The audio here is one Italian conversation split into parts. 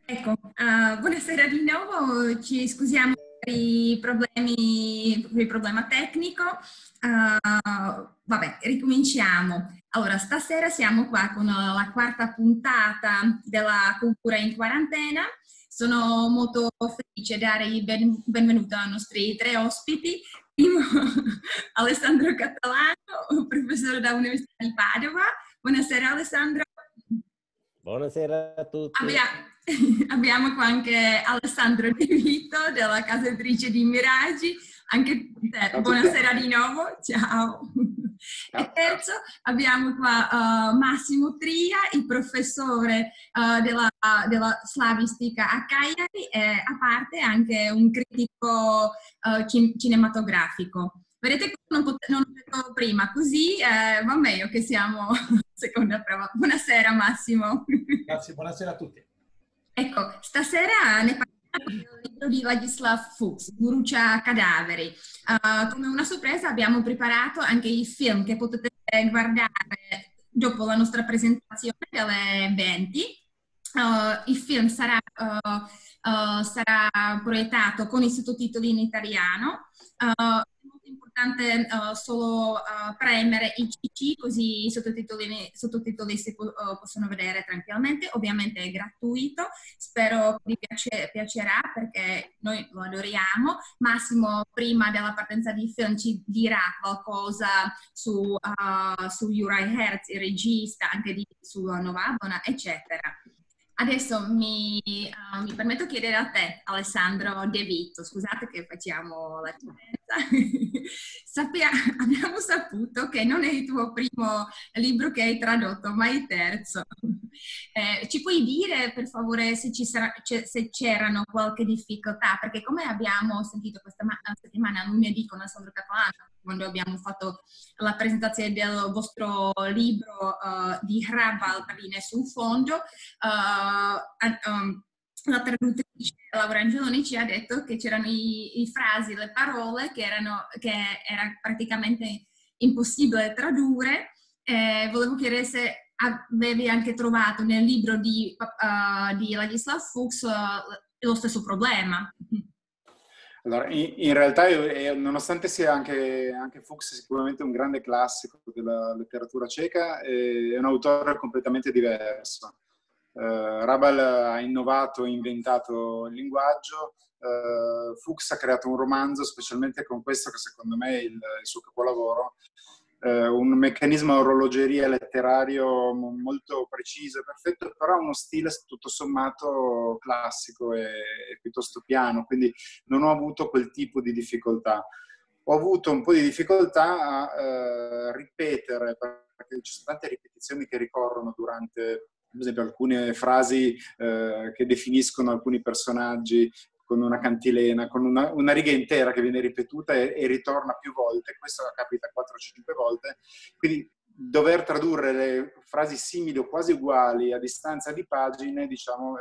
Ecco, buonasera di nuovo, ci scusiamo per per il problema tecnico. Vabbè, ricominciamo. Allora, stasera siamo qua con la quarta puntata della cultura in quarantena. Sono molto felice di dare il benvenuto ai nostri tre ospiti. Primo, Alessandro Catalano, professore dell'Università di Padova. Buonasera Alessandro. Buonasera a tutti. Abbiamo qua anche Alessandro De Vito della casa editrice di Miragi, anche te. Buonasera di nuovo, ciao. E terzo abbiamo qua Massimo Tria, il professore della slavistica a Cagliari e a parte anche un critico cinematografico. Vedete che non ho detto prima, così va meglio che siamo seconda prova. Buonasera Massimo. Grazie, buonasera a tutti. Ecco, stasera ne parliamo del libro di Ladislav Fuchs, Brucia cadaveri. Come una sorpresa abbiamo preparato anche il film che potete guardare dopo la nostra presentazione delle 20. Il film sarà proiettato con i sottotitoli in italiano. È molto importante solo premere il CC, così i sottotitoli si possono vedere tranquillamente. Ovviamente è gratuito, spero che vi piacerà perché noi lo adoriamo. Massimo, prima della partenza di film, ci dirà qualcosa su Uri Herz, il regista, anche sulla Novabona, eccetera. Adesso mi permetto di chiedere a te, Alessandro De Vito, scusate che facciamo la differenza. Abbiamo saputo che non è il tuo primo libro che hai tradotto, ma il terzo. Ci puoi dire, per favore, se se c'erano qualche difficoltà? Perché come abbiamo sentito questa settimana, lunedì, con Alessandro Catalano, quando abbiamo fatto la presentazione del vostro libro di Hrabal sul fondo, la traduttrice Laura Angeloni ci ha detto che c'erano i frasi, le parole che era praticamente impossibile tradurre. Volevo chiedere se avevi anche trovato nel libro di Ladislav Fuchs lo stesso problema. Allora, in realtà, nonostante sia anche Fuchs sicuramente un grande classico della letteratura ceca, è un autore completamente diverso. Hrabal ha innovato e inventato il linguaggio, Fuchs ha creato un romanzo, specialmente con questo che secondo me è il suo capolavoro, un meccanismo a orologeria letterario molto preciso e perfetto, però uno stile tutto sommato classico e piuttosto piano, quindi non ho avuto quel tipo di difficoltà. Ho avuto un po' di difficoltà a ripetere, perché ci sono tante ripetizioni che ricorrono durante, per esempio, alcune frasi che definiscono alcuni personaggi con una cantilena, con una riga intera che viene ripetuta e ritorna più volte. Questo capita 4-5 volte. Quindi dover tradurre le frasi simili o quasi uguali a distanza di pagine, diciamo,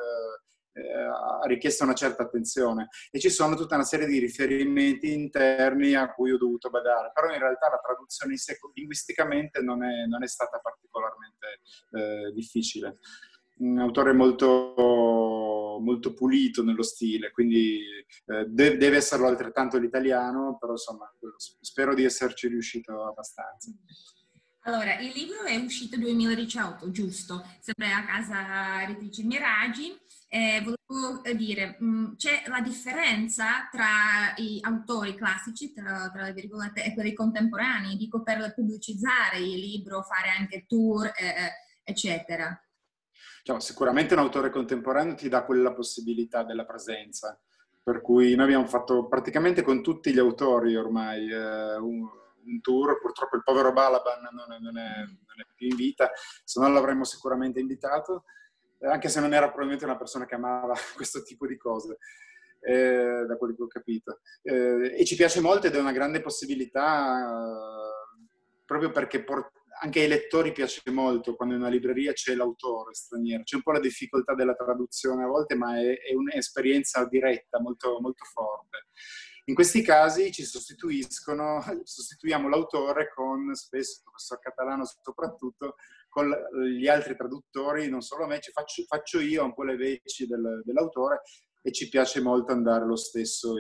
ha richiesto una certa attenzione. E ci sono tutta una serie di riferimenti interni a cui ho dovuto badare. Però in realtà la traduzione in sé linguisticamente non è stata particolarmente difficile. Un autore molto, molto pulito nello stile, quindi deve esserlo altrettanto l'italiano, però insomma spero di esserci riuscito abbastanza. Allora, il libro è uscito nel 2018, giusto? Sempre a casa editrice Miragi. Volevo dire, c'è la differenza tra gli autori classici, tra le virgolette, e quelli contemporanei, dico per pubblicizzare il libro, fare anche tour, eccetera. Cioè, sicuramente un autore contemporaneo ti dà quella possibilità della presenza, per cui noi abbiamo fatto praticamente con tutti gli autori ormai un tour. Purtroppo il povero Balaban non è più in vita, se no l'avremmo sicuramente invitato, anche se non era probabilmente una persona che amava questo tipo di cose, da quello che ho capito. E ci piace molto ed è una grande possibilità, proprio perché anche ai lettori piace molto quando in una libreria c'è l'autore straniero. C'è un po' la difficoltà della traduzione a volte, ma è un'esperienza diretta, molto, molto forte. In questi casi sostituiamo l'autore spesso il professor Catalano soprattutto, con gli altri traduttori, non solo me, faccio io un po' le veci dell'autore, e ci piace molto andare lo stesso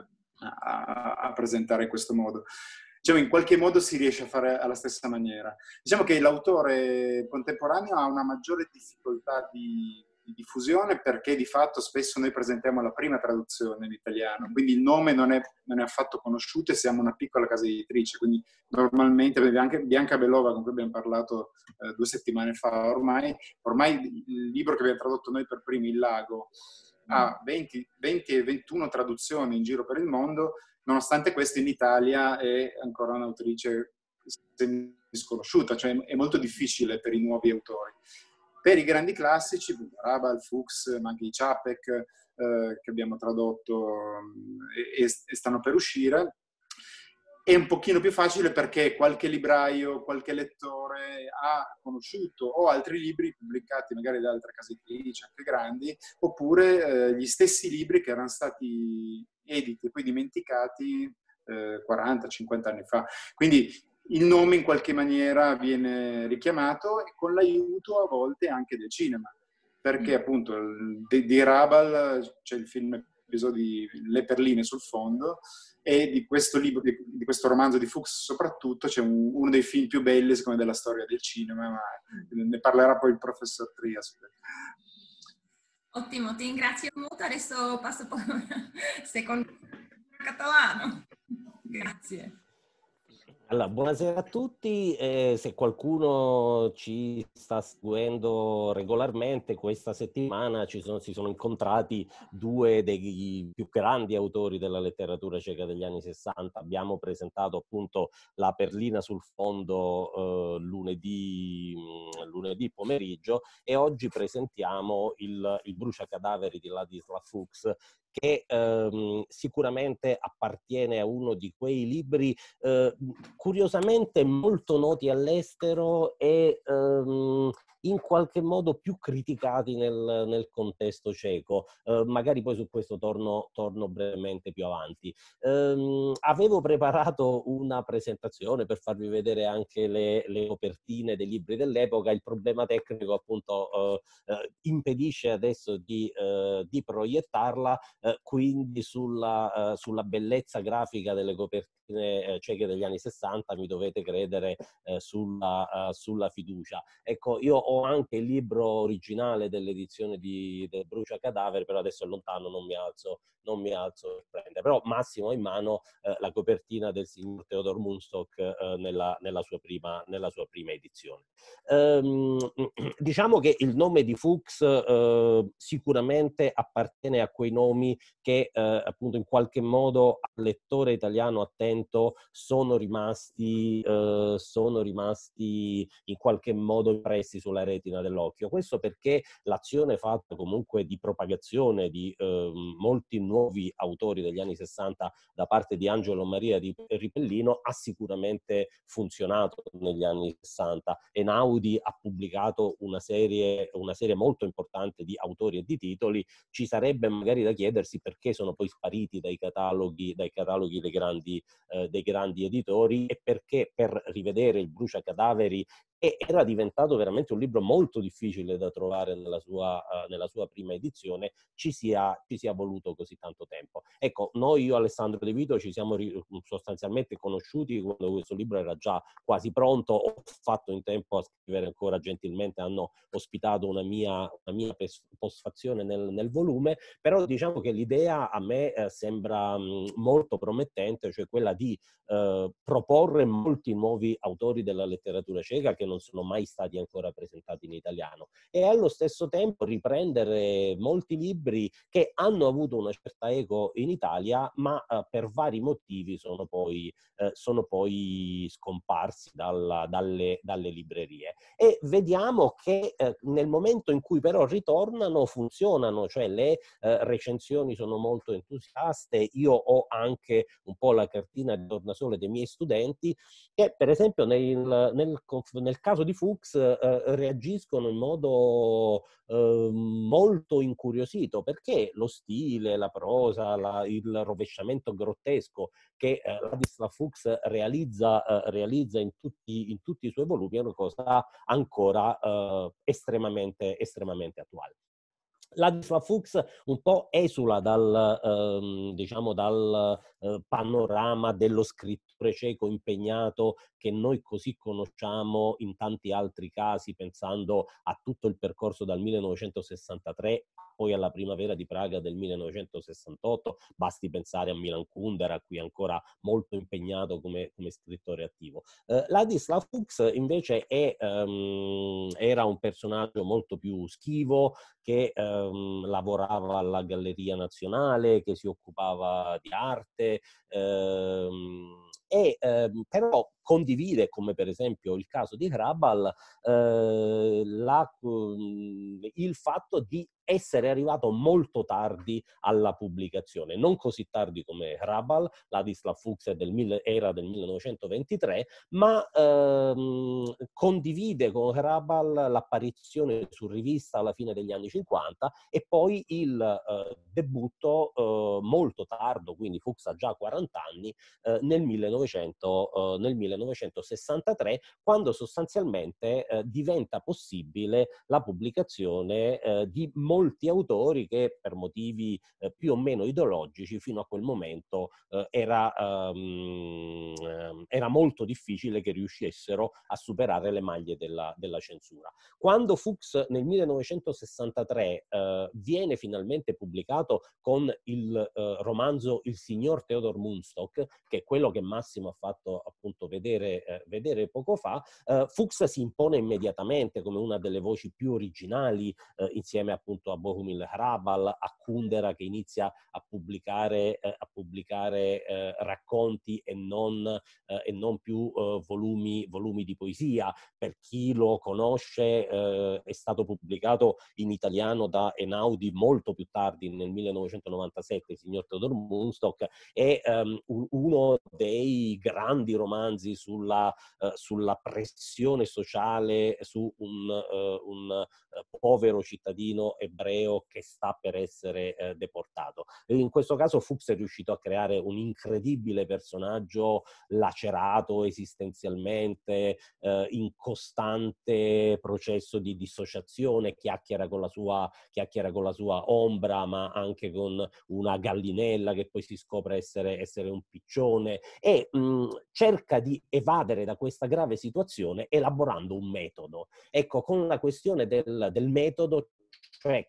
a presentare in questo modo. Diciamo, in qualche modo si riesce a fare alla stessa maniera. Diciamo che l'autore contemporaneo ha una maggiore difficoltà di diffusione, perché di fatto spesso noi presentiamo la prima traduzione in italiano, quindi il nome non è affatto conosciuto e siamo una piccola casa editrice, quindi normalmente anche Bianca Belova, con cui abbiamo parlato 2 settimane fa, ormai il libro che abbiamo tradotto noi per primi, Il Lago, ha 20 e 21 traduzioni in giro per il mondo. Nonostante questo, in Italia è ancora un'autrice sconosciuta, cioè è molto difficile per i nuovi autori. Per i grandi classici, Rabal, Fuchs, ma anche i Čapek, che abbiamo tradotto e stanno per uscire, è un pochino più facile, perché qualche libraio, qualche lettore ha conosciuto o altri libri pubblicati magari da altre case editrici, anche grandi, oppure gli stessi libri che erano stati editi e poi dimenticati 40-50 anni fa. Quindi il nome in qualche maniera viene richiamato, e con l'aiuto a volte anche del cinema, perché appunto di Rabal c'è il film episodi Le perline sul fondo, e di questo libro, di questo romanzo di Fuchs soprattutto, c'è uno dei film più belli secondo me della storia del cinema, ma ne parlerà poi il professor Trias. Ottimo, ti ringrazio molto. Adesso passo poi secondo catalano. Grazie. Allora, buonasera a tutti. Se qualcuno ci sta seguendo regolarmente, questa settimana si sono incontrati 2 dei più grandi autori della letteratura ceca degli anni 60. Abbiamo presentato appunto La perlina sul fondo lunedì pomeriggio, e oggi presentiamo il Bruciacadaveri di Ladislav Fuchs, che sicuramente appartiene a uno di quei libri curiosamente molto noti all'estero e in qualche modo più criticati nel contesto ceco. Magari poi su questo torno brevemente più avanti. Avevo preparato una presentazione per farvi vedere anche le copertine dei libri dell'epoca. Il problema tecnico appunto impedisce adesso di proiettarla, quindi sulla bellezza grafica delle copertine ceche degli anni 60 mi dovete credere sulla fiducia. Ecco, io ho anche il libro originale dell'edizione del Bruciacadaveri, però adesso è lontano, non mi alzo per prendere. Però Massimo ha in mano la copertina del signor Theodor Munstock nella sua prima edizione. Diciamo che il nome di Fuchs sicuramente appartiene a quei nomi che appunto in qualche modo al lettore italiano attento sono rimasti in qualche modo impressi sulla retina dell'occhio. Questo perché l'azione fatta comunque di propagazione di molti nuovi autori degli anni 60 da parte di Angelo Maria di Ripellino ha sicuramente funzionato negli anni 60. Einaudi ha pubblicato una serie molto importante di autori e di titoli. Ci sarebbe magari da chiedersi perché sono poi spariti dai cataloghi dei grandi editori, e perché per rivedere il Bruciacadaveri, e era diventato veramente un libro molto difficile da trovare nella sua prima edizione, ci sia voluto così tanto tempo. Ecco, io Alessandro De Vito ci siamo sostanzialmente conosciuti quando questo libro era già quasi pronto. Ho fatto in tempo a scrivere ancora gentilmente, hanno ospitato una mia postfazione nel volume, però diciamo che l'idea a me sembra molto promettente, cioè quella di proporre molti nuovi autori della letteratura ceca che non sono mai stati ancora presentati in italiano, e allo stesso tempo riprendere molti libri che hanno avuto una certa eco in Italia, ma per vari motivi sono poi scomparsi dalle librerie. E vediamo che nel momento in cui però ritornano funzionano, cioè le recensioni sono molto entusiaste. Io ho anche un po' la cartina di tornasole dei miei studenti che per esempio nel caso di Fuchs reagiscono in modo molto incuriosito, perché lo stile, la prosa, il rovesciamento grottesco che Ladislav Fuchs realizza in tutti i suoi volumi è una cosa ancora estremamente attuale. Ladislav Fuchs un po' esula diciamo dal panorama dello scrittore ceco impegnato che noi così conosciamo in tanti altri casi, pensando a tutto il percorso dal 1963 poi alla primavera di Praga del 1968, basti pensare a Milan Kundera, qui ancora molto impegnato come scrittore attivo. Ladislav Fuchs invece era un personaggio molto più schivo, che lavorava alla Galleria Nazionale, che si occupava di arte, però condivide, come per esempio il caso di Hrabal, il fatto di essere arrivato molto tardi alla pubblicazione, non così tardi come Hrabal. Ladislav Fuchs era del 1923, ma condivide con Hrabal l'apparizione su rivista alla fine degli anni 50 e poi il debutto molto tardo, quindi Fuchs ha già 40 anni, nel 1963, quando sostanzialmente diventa possibile la pubblicazione di molti autori che per motivi più o meno ideologici fino a quel momento era molto difficile che riuscissero a superare le maglie della censura. Quando Fuchs nel 1963 viene finalmente pubblicato con il romanzo Il signor Theodor Mundstock, che è quello che Massimo ha fatto appunto vedere poco fa, Fuchs si impone immediatamente come una delle voci più originali, insieme appunto a Bohumil Hrabal, a Kundera, che inizia a pubblicare racconti e non più volumi di poesia. Per chi lo conosce, è stato pubblicato in italiano da Einaudi molto più tardi, nel 1997, Il signor Theodor Mundstock, è uno dei grandi romanzi sulla pressione sociale su un povero cittadino ebreo che sta per essere deportato. E in questo caso Fuchs è riuscito a creare un incredibile personaggio lacerato esistenzialmente, in costante processo di dissociazione, chiacchiera con la sua ombra, ma anche con una gallinella che poi si scopre essere un piccione, e cerca di evadere da questa grave situazione elaborando un metodo. Ecco, con la questione del metodo, cioè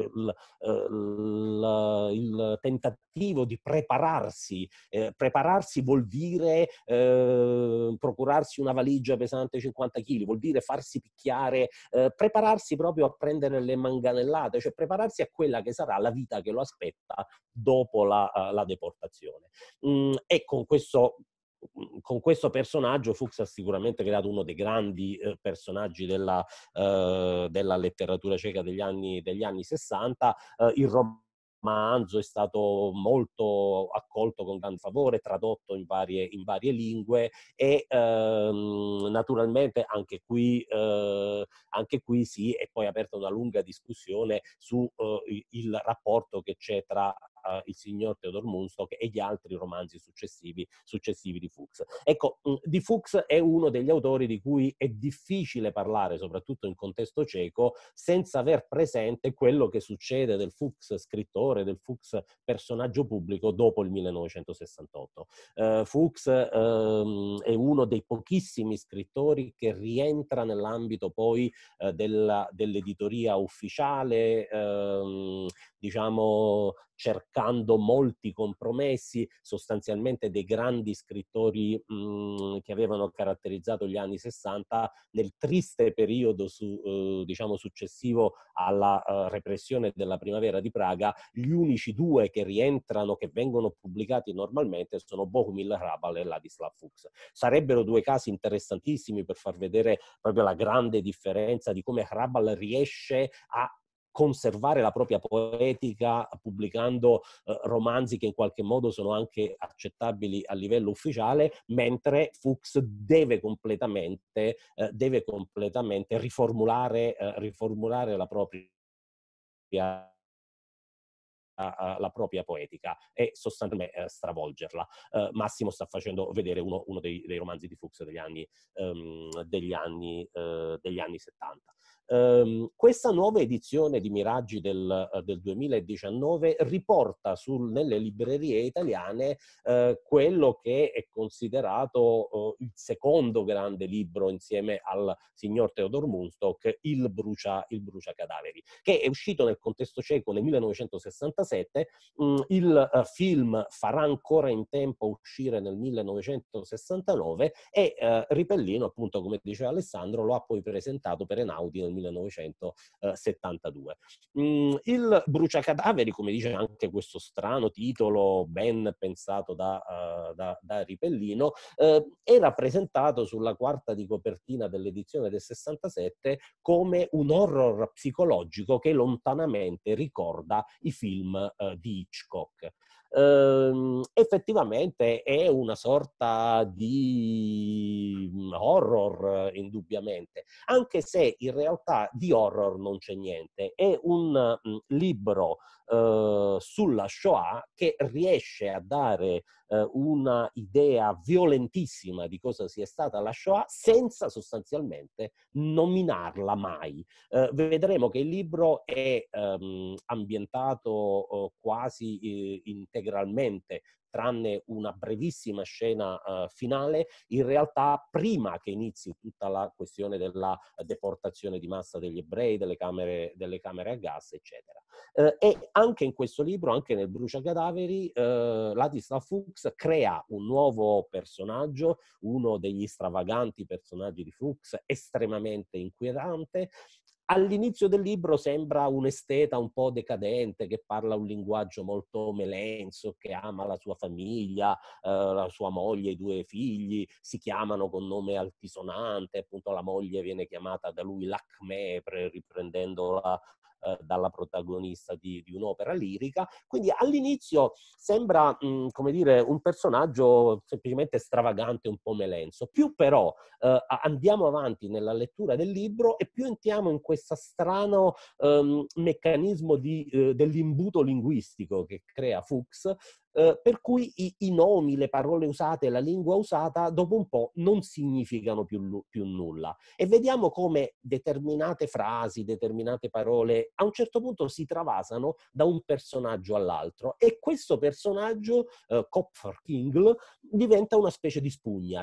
il tentativo di prepararsi. Prepararsi vuol dire procurarsi una valigia pesante 50 kg, vuol dire farsi picchiare, prepararsi proprio a prendere le manganellate, cioè prepararsi a quella che sarà la vita che lo aspetta dopo la deportazione. E con questo personaggio Fuchs ha sicuramente creato uno dei grandi personaggi della letteratura ceca degli anni 60. Il romanzo è stato molto accolto con gran favore, tradotto in varie lingue, e naturalmente anche qui sì, è poi aperta una lunga discussione su il rapporto che c'è tra Il signor Theodor Mundstock e gli altri romanzi successivi di Fuchs. Ecco, di Fuchs è uno degli autori di cui è difficile parlare, soprattutto in contesto ceco, senza aver presente quello che succede del Fuchs scrittore, del Fuchs personaggio pubblico dopo il 1968. Fuchs è uno dei pochissimi scrittori che rientra nell'ambito poi dell'editoria ufficiale, diciamo cercando molti compromessi, sostanzialmente dei grandi scrittori che avevano caratterizzato gli anni 60 nel triste periodo diciamo successivo alla repressione della primavera di Praga. Gli unici due che rientrano, che vengono pubblicati normalmente, sono Bohumil Hrabal e Ladislav Fuchs. Sarebbero due casi interessantissimi per far vedere proprio la grande differenza di come Hrabal riesce a conservare la propria poetica pubblicando romanzi che in qualche modo sono anche accettabili a livello ufficiale, mentre Fuchs deve completamente riformulare la propria poetica e sostanzialmente stravolgerla. Massimo sta facendo vedere uno dei romanzi di Fuchs degli anni 70. Questa nuova edizione di Miraggi del 2019 riporta nelle librerie italiane quello che è considerato il secondo grande libro insieme al signor Theodor Munstock, il Bruciacadaveri, che è uscito nel contesto ceco nel 1967. Il film farà ancora in tempo a uscire nel 1969 e Ripellino, appunto, come diceva Alessandro, lo ha poi presentato per Einaudi nel 1972. Il Bruciacadaveri, come dice anche questo strano titolo ben pensato da Ripellino, era presentato sulla quarta di copertina dell'edizione del 67 come un horror psicologico che lontanamente ricorda i film di Hitchcock. Effettivamente è una sorta di horror, indubbiamente, anche se in realtà di horror non c'è niente. È un libro sulla Shoah che riesce a dare una idea violentissima di cosa sia stata la Shoah senza sostanzialmente nominarla mai. Vedremo che il libro è ambientato quasi integralmente, tranne una brevissima scena finale, in realtà prima che inizi tutta la questione della deportazione di massa degli ebrei, delle camere a gas, eccetera. E anche in questo libro, anche nel Bruciacadaveri, Ladislav Fuchs crea un nuovo personaggio, uno degli stravaganti personaggi di Fuchs, estremamente inquietante. All'inizio del libro sembra un esteta un po' decadente, che parla un linguaggio molto melenso, che ama la sua famiglia, la sua moglie, i due figli, si chiamano con nome altisonante, appunto la moglie viene chiamata da lui Lacmé, riprendendola dalla protagonista di un'opera lirica. Quindi all'inizio sembra, come dire, un personaggio semplicemente stravagante, un po' melenso. Più però andiamo avanti nella lettura del libro e più entriamo in questo strano meccanismo dell'imbuto linguistico che crea Fuchs, per cui i nomi, le parole usate, la lingua usata dopo un po' non significano più nulla, e vediamo come determinate frasi, determinate parole a un certo punto si travasano da un personaggio all'altro, e questo personaggio, Kopferkingl, diventa una specie di spugna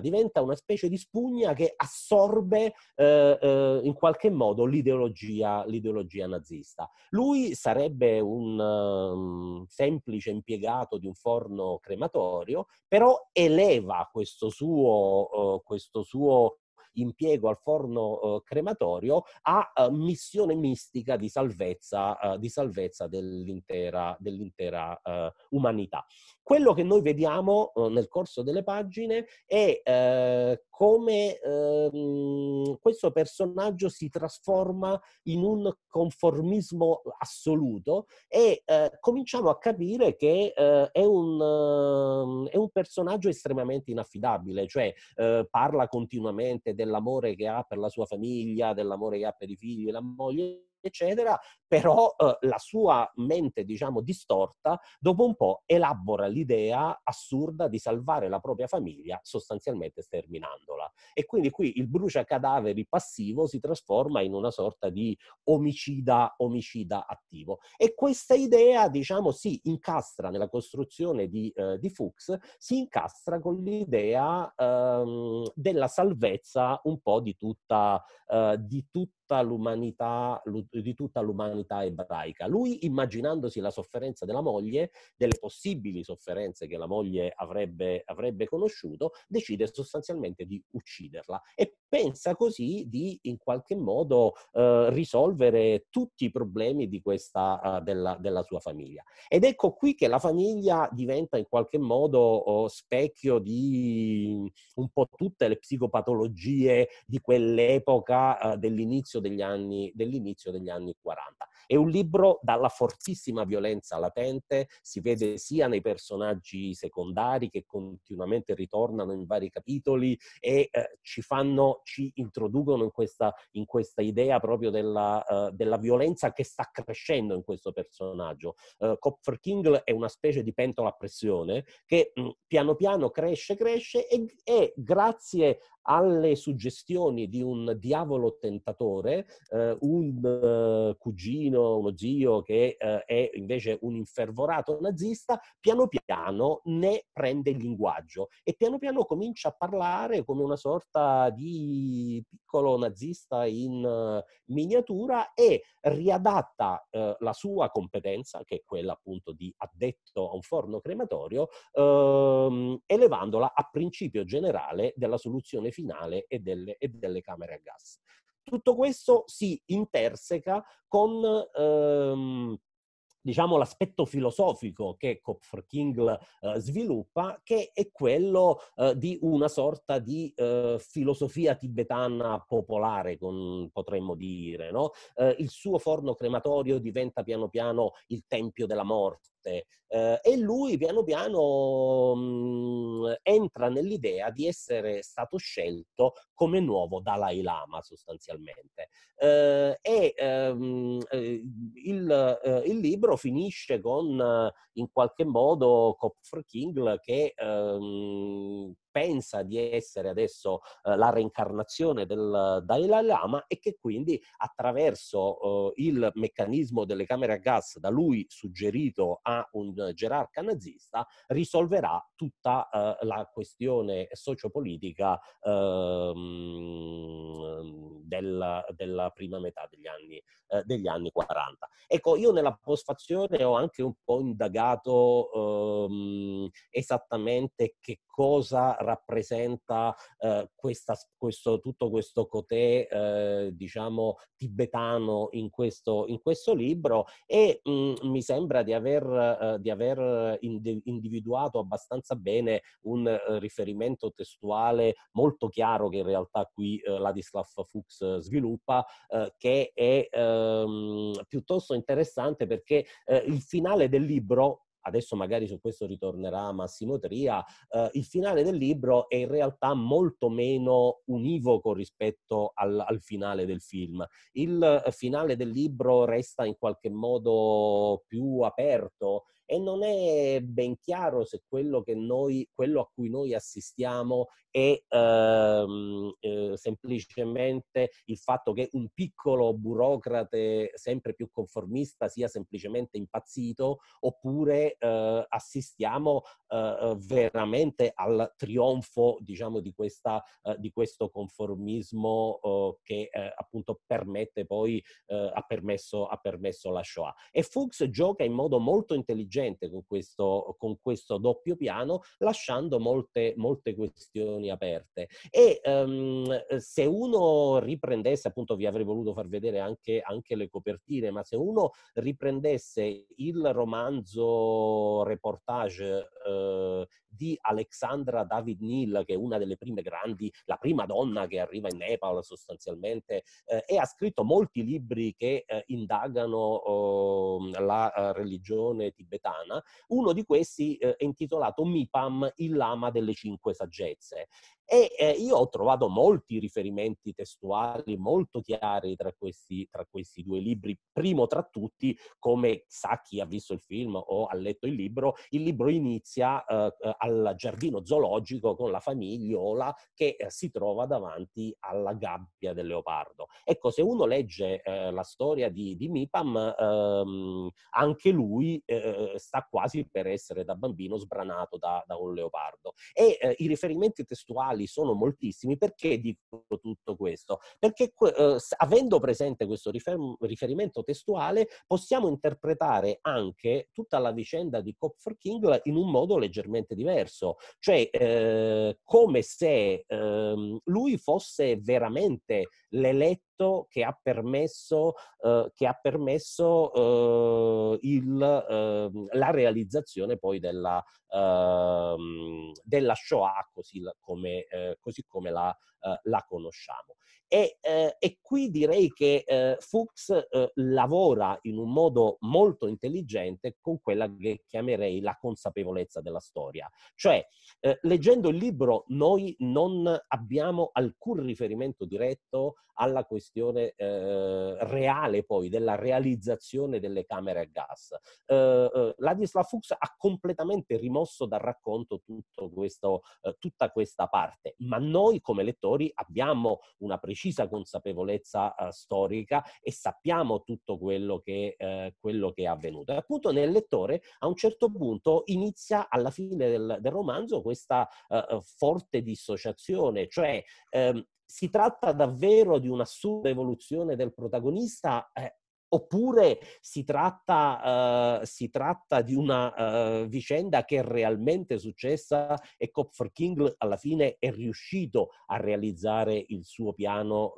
che assorbe in qualche modo l'ideologia nazista. Lui sarebbe un semplice impiegato di un forno crematorio, però eleva questo suo impiego al forno crematorio a missione mistica di salvezza dell'intera umanità. Quello che noi vediamo nel corso delle pagine è come questo personaggio si trasforma in un conformismo assoluto, e cominciamo a capire che è un personaggio estremamente inaffidabile, cioè parla continuamente dell'amore che ha per la sua famiglia, dell'amore che ha per i figli, la moglie, eccetera, però la sua mente, diciamo, distorta, dopo un po' elabora l'idea assurda di salvare la propria famiglia sostanzialmente sterminandola. E quindi qui il bruciacadaveri passivo si trasforma in una sorta di omicida attivo. E questa idea, diciamo, si incastra nella costruzione di Fuchs, si incastra con l'idea della salvezza un po' di tutta l'umanità ebraica. Lui, immaginandosi la sofferenza della moglie, delle possibili sofferenze che la moglie avrebbe conosciuto, decide sostanzialmente di ucciderla e pensa così di in qualche modo risolvere tutti i problemi di questa della sua famiglia. Ed ecco qui che la famiglia diventa in qualche modo specchio di un po' tutte le psicopatologie di quell'epoca dell'inizio degli anni 40. È un libro dalla fortissima violenza latente, si vede sia nei personaggi secondari che continuamente ritornano in vari capitoli e ci introducono in questa idea proprio della violenza che sta crescendo in questo personaggio. Copperking è una specie di pentola a pressione che piano piano cresce e grazie alle suggestioni di un diavolo tentatore, un cugino, uno zio che è invece un infervorato nazista, piano piano ne prende il linguaggio e piano piano comincia a parlare come una sorta di piccolo nazista in miniatura e riadatta la sua competenza, che è quella appunto di addetto a un forno crematorio, elevandola a principio generale della soluzione finale e delle camere a gas. Tutto questo si interseca con diciamo l'aspetto filosofico che Copperking sviluppa, che è quello di una sorta di filosofia tibetana popolare, potremmo dire, no? Il suo forno crematorio diventa piano piano il tempio della morte, e lui piano piano entra nell'idea di essere stato scelto come nuovo Dalai Lama sostanzialmente. Il libro finisce con in qualche modo Copperking che pensa di essere adesso la reincarnazione del Dalai Lama e che quindi attraverso il meccanismo delle camere a gas da lui suggerito a un gerarca nazista risolverà tutta la questione sociopolitica della prima metà degli anni 40. Ecco, io nella postfazione ho anche un po' indagato esattamente che cosa rappresenta tutto questo cotè diciamo tibetano in questo libro e mi sembra di aver individuato abbastanza bene un riferimento testuale molto chiaro che in realtà qui Ladislav Fuchs sviluppa, che è piuttosto interessante perché il finale del libro, adesso magari su questo ritornerà Massimo Tria, il finale del libro è in realtà molto meno univoco rispetto al finale del film. Il finale del libro resta in qualche modo più aperto e non è ben chiaro se quello a cui noi assistiamo è semplicemente il fatto che un piccolo burocrate sempre più conformista sia semplicemente impazzito, oppure assistiamo veramente al trionfo, diciamo, di questo conformismo che appunto permette poi ha permesso la Shoah. E Fuchs gioca in modo molto intelligente con questo doppio piano, lasciando molte questioni aperte. E se uno riprendesse, appunto vi avrei voluto far vedere anche le copertine, ma se uno riprendesse il romanzo reportage di Alexandra David Neal, che è una delle prime la prima donna che arriva in Nepal sostanzialmente, e ha scritto molti libri che indagano la religione tibetana. Uno di questi è intitolato Mipam, il lama delle 5 saggezze. E io ho trovato molti riferimenti testuali molto chiari tra questi due libri. Primo tra tutti, come sa chi ha visto il film o ha letto il libro inizia al giardino zoologico con la famigliola che si trova davanti alla gabbia del leopardo. Ecco, se uno legge la storia di Mipam, anche lui sta quasi per essere da bambino sbranato da un leopardo. E i riferimenti testuali sono moltissimi. Perché dico tutto questo? Perché avendo presente questo riferimento testuale possiamo interpretare anche tutta la vicenda di Copperking in un modo leggermente diverso, cioè come se lui fosse veramente l'eletto progetto che ha permesso la realizzazione poi della Shoah così come la conosciamo. E qui direi che Fuchs lavora in un modo molto intelligente con quella che chiamerei la consapevolezza della storia. Cioè, leggendo il libro noi non abbiamo alcun riferimento diretto alla questione reale poi della realizzazione delle camere a gas. Ladislav Fuchs ha completamente rimosso dal racconto tutta questa parte, ma noi come lettori abbiamo una precisa consapevolezza storica e sappiamo tutto quello che è avvenuto. E appunto nel lettore a un certo punto inizia alla fine del romanzo questa forte dissociazione, cioè si tratta davvero di un'assurda evoluzione del protagonista oppure si tratta di una vicenda che è realmente successa e Kopf-King alla fine è riuscito a realizzare il suo piano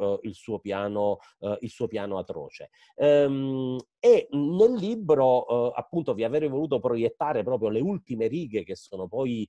atroce. E nel libro appunto vi avrei voluto proiettare proprio le ultime righe, che sono poi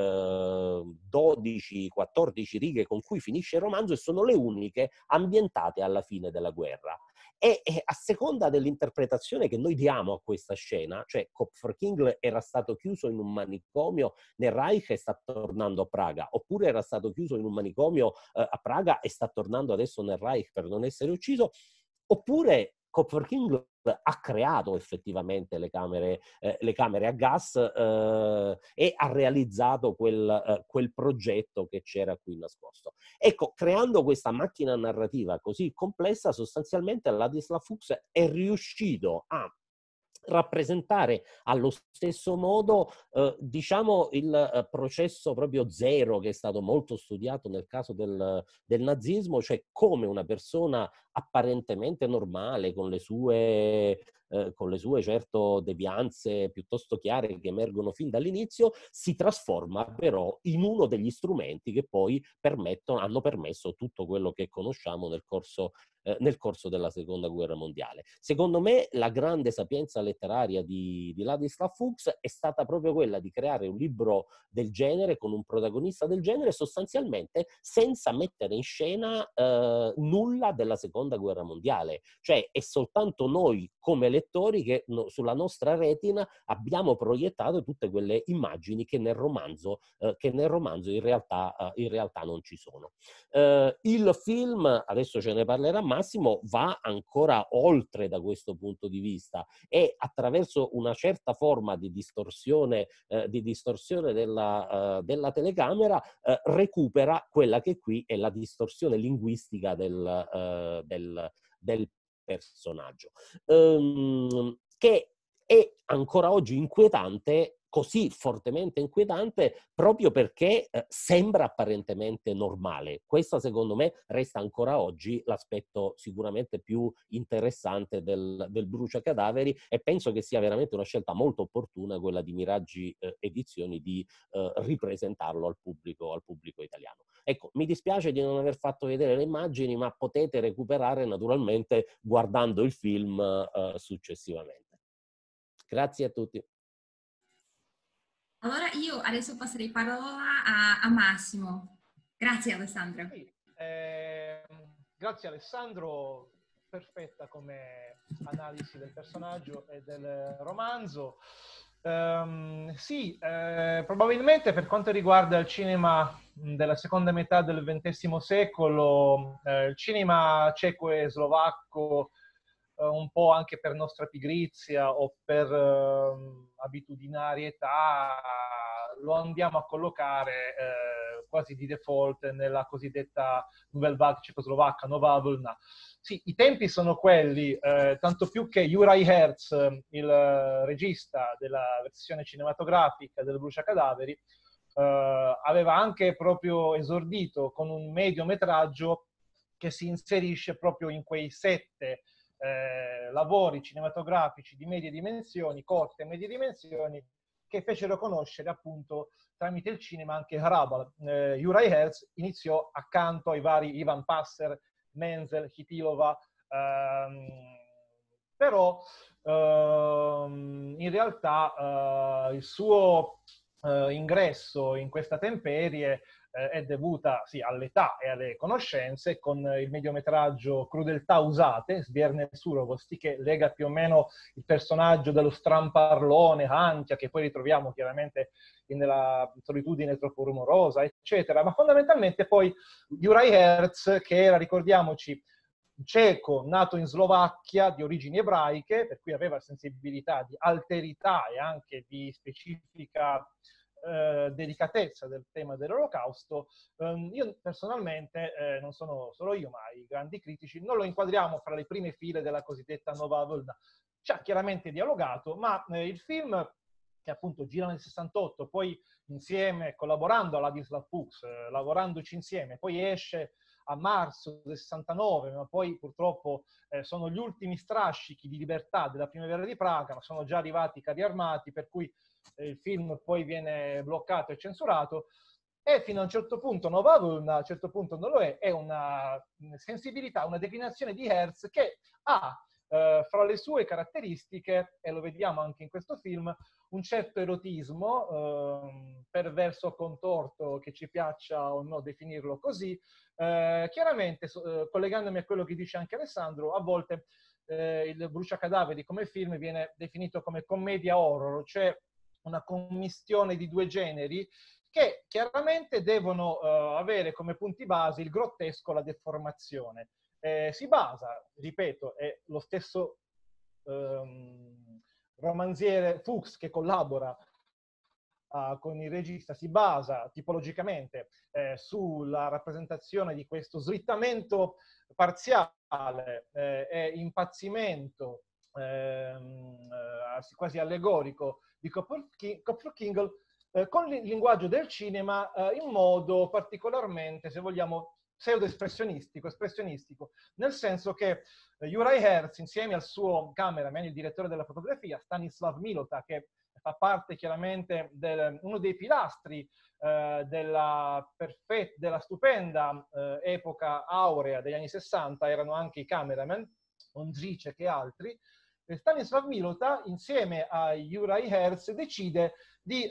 12-14 righe con cui finisce il romanzo, e sono le uniche ambientate alla fine della guerra. E a seconda dell'interpretazione che noi diamo a questa scena, cioè Kopf-King era stato chiuso in un manicomio nel Reich e sta tornando a Praga, oppure era stato chiuso in un manicomio a Praga e sta tornando adesso nel Reich per non essere ucciso, oppure Kopf-King ha creato effettivamente le camere a gas e ha realizzato quel progetto che c'era qui nascosto. Ecco, creando questa macchina narrativa così complessa, sostanzialmente Ladislav Fuchs è riuscito a rappresentare allo stesso modo diciamo il processo proprio zero, che è stato molto studiato nel caso del nazismo, cioè come una persona apparentemente normale con le sue certo devianze piuttosto chiare che emergono fin dall'inizio, si trasforma però in uno degli strumenti che poi hanno permesso tutto quello che conosciamo nel corso della Seconda Guerra Mondiale. Secondo me la grande sapienza letteraria di Ladislav Fuchs è stata proprio quella di creare un libro del genere, con un protagonista del genere, sostanzialmente senza mettere in scena nulla della Seconda Guerra Mondiale. Cioè è soltanto noi come lettori che sulla nostra retina abbiamo proiettato tutte quelle immagini che nel romanzo in realtà non ci sono. Il film, adesso ce ne parlerà Massimo, va ancora oltre da questo punto di vista e attraverso una certa forma di distorsione della telecamera recupera quella che qui è la distorsione linguistica del personaggio, che è ancora oggi inquietante, così fortemente inquietante, proprio perché sembra apparentemente normale. Questa, secondo me, resta ancora oggi l'aspetto sicuramente più interessante del Bruciacadaveri, e penso che sia veramente una scelta molto opportuna quella di Miraggi Edizioni di ripresentarlo al pubblico italiano. Ecco, mi dispiace di non aver fatto vedere le immagini, ma potete recuperare naturalmente guardando il film successivamente. Grazie a tutti. Allora io adesso passerei parola a Massimo. Grazie Alessandro. Sì, grazie Alessandro, perfetta come analisi del personaggio e del romanzo. Sì, probabilmente per quanto riguarda il cinema della seconda metà del XX secolo, il cinema ceco e slovacco, un po' anche per nostra pigrizia o per abitudinarietà, lo andiamo a collocare quasi di default nella cosiddetta Nouvelle Vague cecoslovacca, Nova Vlna. Sì, i tempi sono quelli, tanto più che Juraj Herz, il regista della versione cinematografica del Bruciacadaveri, aveva anche proprio esordito con un mediometraggio che si inserisce proprio in quei 7 lavori cinematografici di medie dimensioni, corte e medie dimensioni, che fecero conoscere appunto tramite il cinema anche Hrabal. Juraj Herz iniziò accanto ai vari Ivan Passer, Menzel, Khitilova, però in realtà il suo ingresso in questa temperie è dovuta sì, all'età e alle conoscenze, con il mediometraggio Crudeltà usate, Svierne Surovosti, che lega più o meno il personaggio dello stramparlone Antia, che poi ritroviamo chiaramente nella Solitudine troppo rumorosa, eccetera, ma fondamentalmente poi Juraj Herz, che era, ricordiamoci, ceco nato in Slovacchia, di origini ebraiche, per cui aveva sensibilità di alterità e anche di specifica delicatezza del tema dell'Olocausto. Io personalmente, non sono solo io, ma i grandi critici, non lo inquadriamo fra le prime file della cosiddetta Nova Volna. Ci ha chiaramente dialogato, ma il film, che appunto gira nel 68, poi insieme, collaborando alla Ladislav Fuchs, lavorandoci insieme, poi esce a marzo del 69, ma poi purtroppo sono gli ultimi strascichi di libertà della primavera di Praga, ma sono già arrivati i carri armati, per cui il film poi viene bloccato e censurato, e fino a un certo punto Nova Volna, a un certo punto non lo è una sensibilità, una declinazione di Herz che ha fra le sue caratteristiche, e lo vediamo anche in questo film, un certo erotismo, perverso contorto, che ci piaccia o no definirlo così. Chiaramente, collegandomi a quello che dice anche Alessandro, a volte il Bruciacadaveri come film viene definito come commedia horror, cioè una commistione di due generi che chiaramente devono avere come punti base il grottesco, la deformazione. Si basa, ripeto, è lo stesso romanziere Fuchs che collabora con il regista, si basa tipologicamente sulla rappresentazione di questo slittamento parziale e impazzimento quasi allegorico di Kopfkinkel con il linguaggio del cinema in modo particolarmente, se vogliamo, pseudo-espressionistico, nel senso che Juraj Herz, insieme al suo cameraman, il direttore della fotografia, Stanislav Milota, che fa parte chiaramente uno dei pilastri della stupenda epoca aurea degli anni 60, erano anche i cameraman, Ondřiček e altri. Stanislav Milota, insieme a Juraj Herz, decide di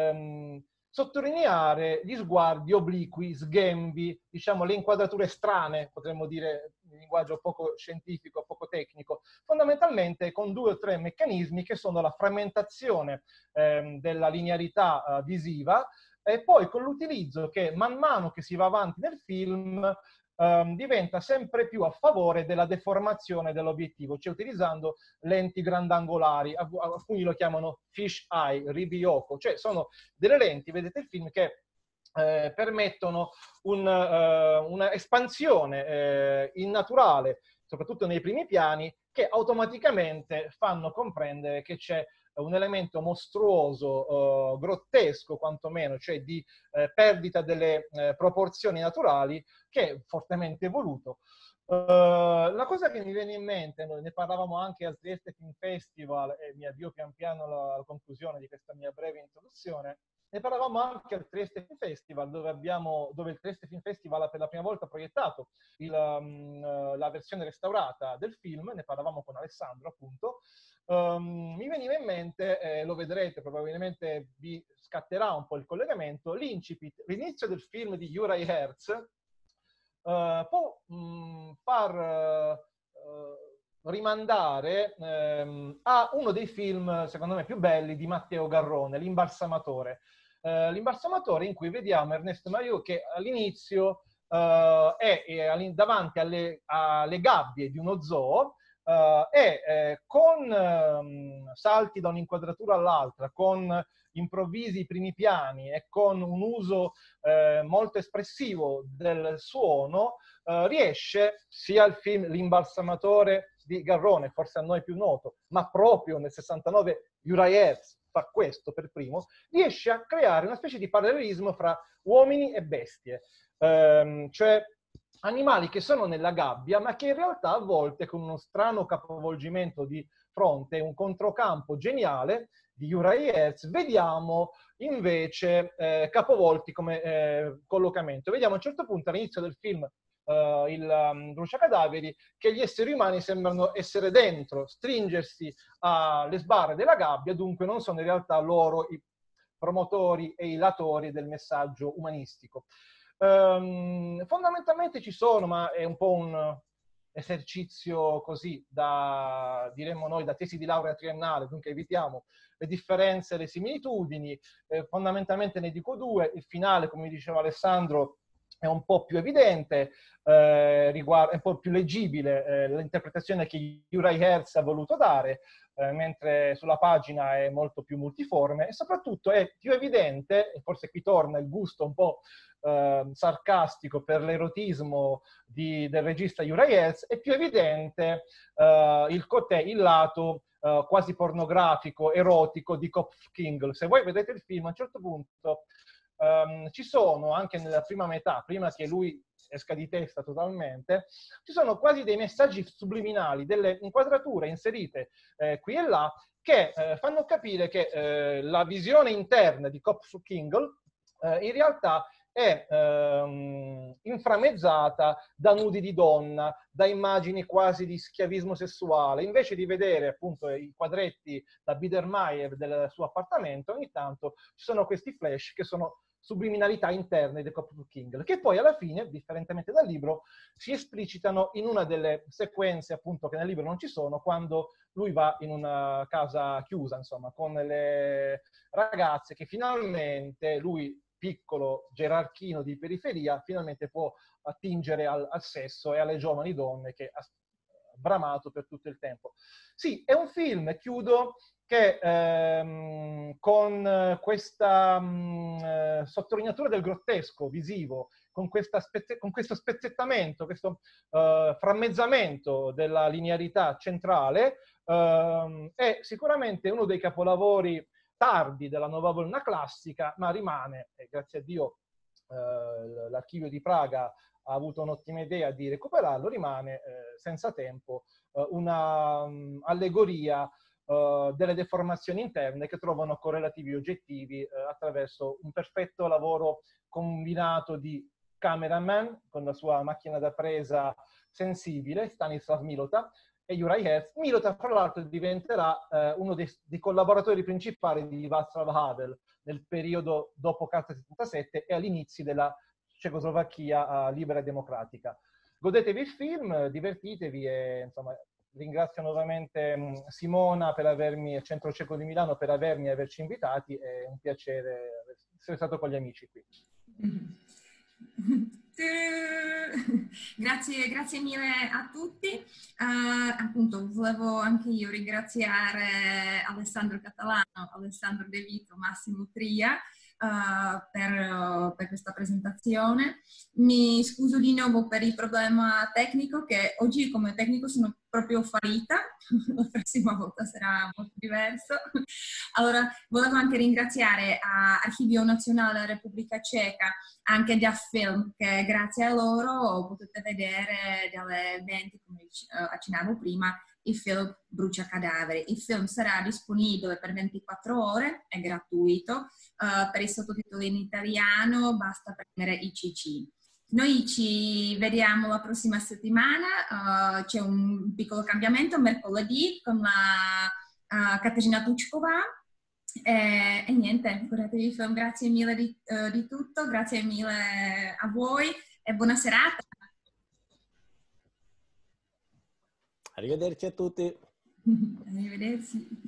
sottolineare gli sguardi obliqui, sghembi, diciamo le inquadrature strane, potremmo dire in linguaggio poco scientifico, poco tecnico, fondamentalmente con 2 o 3 meccanismi che sono la frammentazione della linearità visiva e poi con l'utilizzo che man mano che si va avanti nel film diventa sempre più a favore della deformazione dell'obiettivo, cioè utilizzando lenti grandangolari, alcuni lo chiamano fish eye, ribioco, cioè sono delle lenti, vedete il film, che permettono una espansione innaturale, soprattutto nei primi piani, che automaticamente fanno comprendere che c'è un elemento mostruoso, grottesco quantomeno, cioè di perdita delle proporzioni naturali, che è fortemente voluto. La cosa che mi viene in mente, noi ne parlavamo anche al Trieste Film Festival, e mi avvio pian piano alla conclusione di questa mia breve introduzione, ne parlavamo anche al Trieste Film Festival, dove il Trieste Film Festival ha per la prima volta proiettato la versione restaurata del film, ne parlavamo con Alessandro appunto. Mi veniva in mente, lo vedrete, probabilmente vi scatterà un po' il collegamento, l'incipit, l'inizio del film di Juraj Herz può far rimandare a uno dei film, secondo me, più belli di Matteo Garrone, L'Imbalsamatore. L'Imbalsamatore, in cui vediamo Ernesto Mario che all'inizio è davanti alle gabbie di uno zoo e con salti da un'inquadratura all'altra, con improvvisi primi piani e con un uso molto espressivo del suono, riesce sia il film L'Imbalsamatore di Garrone, forse a noi più noto, ma proprio nel 69 Juraj Herz fa questo per primo, riesce a creare una specie di parallelismo fra uomini e bestie, cioè animali che sono nella gabbia, ma che in realtà a volte, con uno strano capovolgimento di fronte, un controcampo geniale di Juraj Herz, vediamo invece capovolti come collocamento. Vediamo a un certo punto all'inizio del film il bruciacadaveri, che gli esseri umani sembrano essere dentro, stringersi alle sbarre della gabbia, dunque non sono in realtà loro i promotori e i latori del messaggio umanistico. Fondamentalmente ci sono, ma è un po' un esercizio così da, diremmo noi, da tesi di laurea triennale, dunque evitiamo le differenze e le similitudini. Fondamentalmente ne dico due. Il finale, come diceva Alessandro, è un po' più evidente, è un po' più leggibile l'interpretazione che Uri Herz ha voluto dare, mentre sulla pagina è molto più multiforme, e soprattutto è più evidente, e forse qui torna il gusto un po' sarcastico per l'erotismo del regista Uri Herz, è più evidente il lato quasi pornografico, erotico di Kopf-King. Se voi vedete il film, a un certo punto ci sono, anche nella prima metà, prima che lui esca di testa totalmente, ci sono quasi dei messaggi subliminali, delle inquadrature inserite qui e là, che fanno capire che la visione interna di Kopf-King in realtà è inframmezzata da nudi di donna, da immagini quasi di schiavismo sessuale. Invece di vedere appunto i quadretti da Biedermeier del suo appartamento, ogni tanto ci sono questi flash che sono subliminalità interne di Kopf-King, che poi alla fine, differentemente dal libro, si esplicitano in una delle sequenze appunto che nel libro non ci sono, quando lui va in una casa chiusa, insomma, con le ragazze che finalmente lui, piccolo gerarchino di periferia, finalmente può attingere al sesso e alle giovani donne che ha bramato per tutto il tempo. Sì, è un film, chiudo, che con questa sottolineatura del grottesco visivo, con questo spezzettamento, questo frammezzamento della linearità centrale, è sicuramente uno dei capolavori tardi della nuova volna classica, ma rimane, e grazie a Dio l'Archivio di Praga ha avuto un'ottima idea di recuperarlo, rimane senza tempo una allegoria delle deformazioni interne che trovano correlativi oggettivi attraverso un perfetto lavoro combinato di cameraman con la sua macchina da presa sensibile, Stanislav Milota, e Uri Herz. Milota, fra l'altro, diventerà uno dei collaboratori principali di Václav Havel nel periodo dopo Carta 77 e all'inizio della Cecoslovacchia libera e democratica. Godetevi il film, divertitevi e insomma ringrazio nuovamente Simona per avermi, Centro Ceco di Milano, per averci invitati. È un piacere essere stato con gli amici qui. Grazie mille a tutti. Appunto, volevo anche io ringraziare Alessandro Catalano, Alessandro De Vito, Massimo Tria per questa presentazione. Mi scuso di nuovo per il problema tecnico, che oggi come tecnico sono proprio fallita, la prossima volta sarà molto diverso. Allora, volevo anche ringraziare Archivio Nazionale della Repubblica Ceca, anche da Film, che grazie a loro potete vedere dalle 20, come accennavo prima, il film Bruciacadaveri. Il film sarà disponibile per 24 ore, è gratuito, per i sottotitoli in italiano basta premere ICC. Noi ci vediamo la prossima settimana, c'è un piccolo cambiamento mercoledì con la Kateřina Tučková e niente, guardatevi il film. Grazie mille di tutto, grazie mille a voi e buona serata. Arrivederci a tutti. Arrivederci.